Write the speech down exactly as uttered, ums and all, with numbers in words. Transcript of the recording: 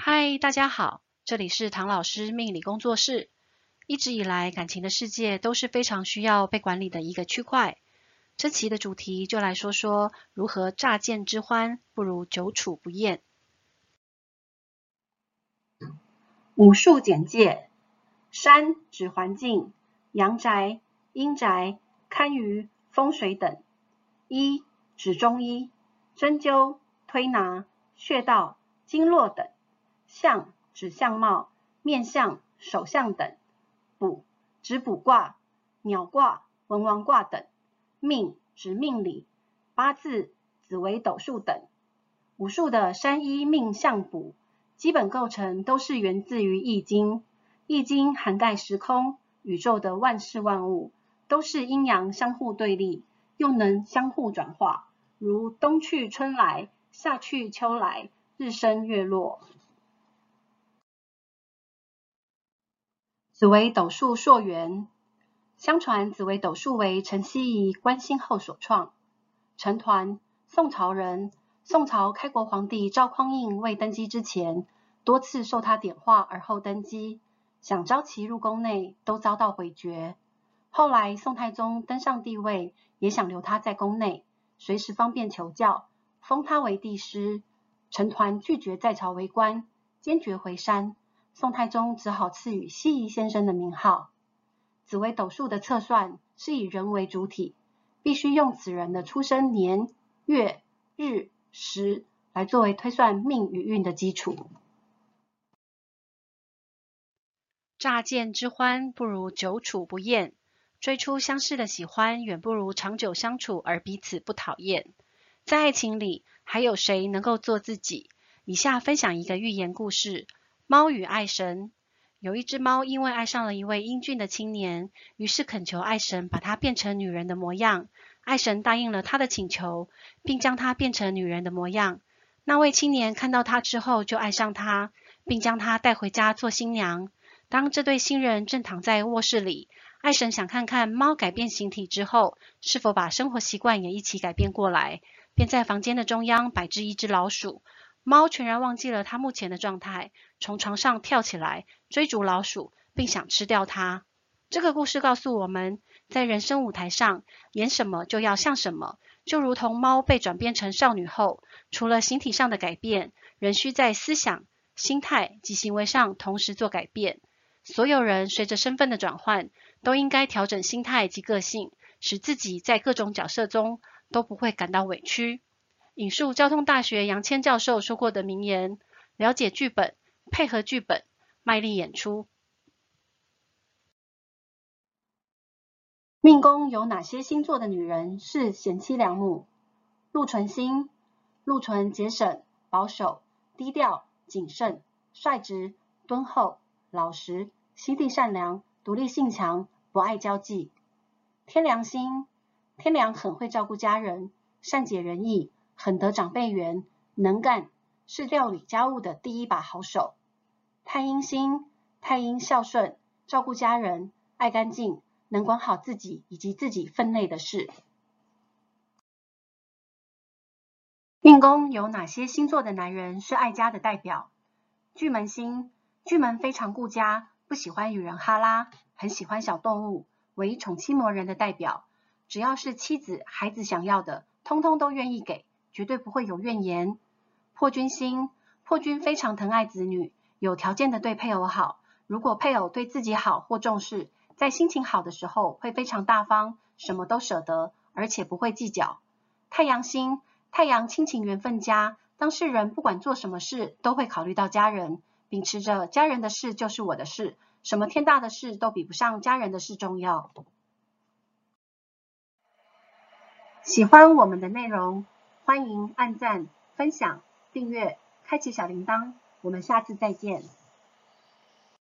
嗨，大家好，这里是唐老师命理工作室。一直以来，感情的世界都是非常需要被管理的一个区块。这期的主题就来说说如何乍见之欢不如久处不厌。 武术简介：山指环境，阳宅、阴宅、堪舆、风水等；医指中医，针灸、推拿、穴道、经络等；相指相貌、面相、手相等；卜指卜卦、鸟卦、文王卦等；命指命理、八字、紫微斗数等。武术的山医命相卜基本构成都是源自于易经。易经涵盖时空、宇宙的万事万物，都是阴阳相互对立，又能相互转化，如冬去春来，夏去秋来，日升月落。紫微斗数溯源：相传紫微斗数为陈希夷观星后所创。陈抟，宋朝人。宋朝开国皇帝赵匡胤未登基之前，多次受他点化而后登基，想招其入宫内，都遭到回绝。后来宋太宗登上帝位，也想留他在宫内，随时方便求教，封他为帝师。陈抟拒绝在朝为官，坚决回山。宋太宗只好赐予希夷先生的名号。紫微斗数的测算是以人为主体，必须用此人的出生年、月、日、时来作为推算命与运的基础。 乍见之欢不如久处不厌，最初相识的喜欢远不如长久相处而彼此不讨厌。在爱情里，还有谁能够做自己？以下分享一个寓言故事：猫与爱神。有一只猫因为爱上了一位英俊的青年，于是恳求爱神把它变成女人的模样。爱神答应了他的请求，并将它变成女人的模样。那位青年看到它之后就爱上它，并将它带回家做新娘。当这对新人正躺在卧室里，爱神想看看猫改变形体之后，是否把生活习惯也一起改变过来，便在房间的中央摆置一只老鼠。猫全然忘记了它目前的状态，从床上跳起来，追逐老鼠，并想吃掉它。这个故事告诉我们，在人生舞台上，演什么就要像什么，就如同猫被转变成少女后，除了形体上的改变，仍需在思想、心态及行为上同时做改变。所有人随着身份的转换，都应该调整心态及个性，使自己在各种角色中都不会感到委屈。引述交通大学杨谦教授说过的名言：了解剧本，配合剧本，卖力演出。 命宫有哪些星座的女人是贤妻良母？禄存星，禄存节省、保守、低调、谨慎、率直、敦厚、老实、心地善良、独立性强、不爱交际。天梁星，天梁很会照顾家人，善解人意，很得长辈缘，能干，是料理家务的第一把好手。太阴星，太阴孝顺，照顾家人，爱干净，能管好自己以及自己分内的事。命宫有哪些星座的男人是爱家的代表？巨门星，巨门非常顾家，不喜欢与人哈拉，很喜欢小动物，为宠妻魔人的代表。只要是妻子、孩子想要的，通通都愿意给，绝对不会有怨言。破军星，破军非常疼爱子女，有条件的对配偶好，如果配偶对自己好或重视，在心情好的时候会非常大方，什么都舍得，而且不会计较。太阳星，太阳亲情缘分佳，当事人不管做什么事都会考虑到家人，秉持着家人的事就是我的事，什么天大的事都比不上家人的事重要。喜欢我们的内容，欢迎按赞、分享、订阅、开启小铃铛，我们下次再见。